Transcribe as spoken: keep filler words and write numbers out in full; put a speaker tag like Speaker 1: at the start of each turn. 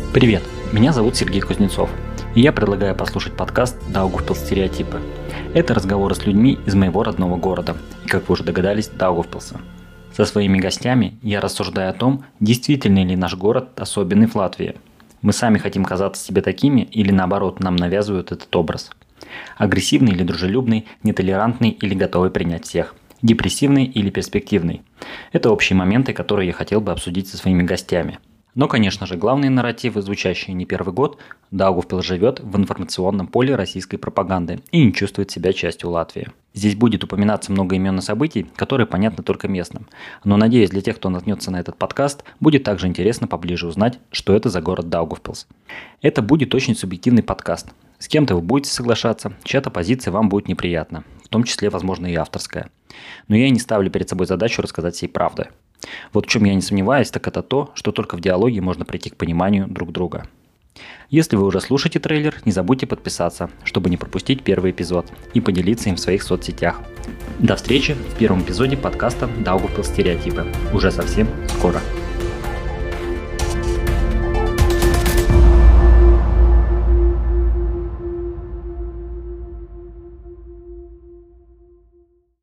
Speaker 1: Привет, меня зовут Сергей Кузнецов, и я предлагаю послушать подкаст «Даугавпилс стереотипы». Это разговоры с людьми из моего родного города, и, как вы уже догадались, Даугавпилса. Со своими гостями я рассуждаю о том, действительно ли наш город особенный в Латвии. Мы сами хотим казаться себе такими, или наоборот, нам навязывают этот образ. Агрессивный или дружелюбный, нетолерантный или готовый принять всех. Депрессивный или перспективный. Это общие моменты, которые я хотел бы обсудить со своими гостями. Но, конечно же, главные нарративы, звучащие не первый год, Даугавпилс живет в информационном поле российской пропаганды и не чувствует себя частью Латвии. Здесь будет упоминаться много имен и событий, которые понятны только местным. Но, надеюсь, для тех, кто наткнется на этот подкаст, будет также интересно поближе узнать, что это за город Даугавпилс. Это будет очень субъективный подкаст. С кем-то вы будете соглашаться, чья-то позиция вам будет неприятна, в том числе, возможно, и авторская. Но я не ставлю перед собой задачу рассказать всей правды. Вот в чем я не сомневаюсь, так это то, что только в диалоге можно прийти к пониманию друг друга. Если вы уже слушаете трейлер, не забудьте подписаться, чтобы не пропустить первый эпизод, и поделиться им в своих соцсетях. До встречи в первом эпизоде подкаста «Даугавпилс стереотипы» уже совсем скоро.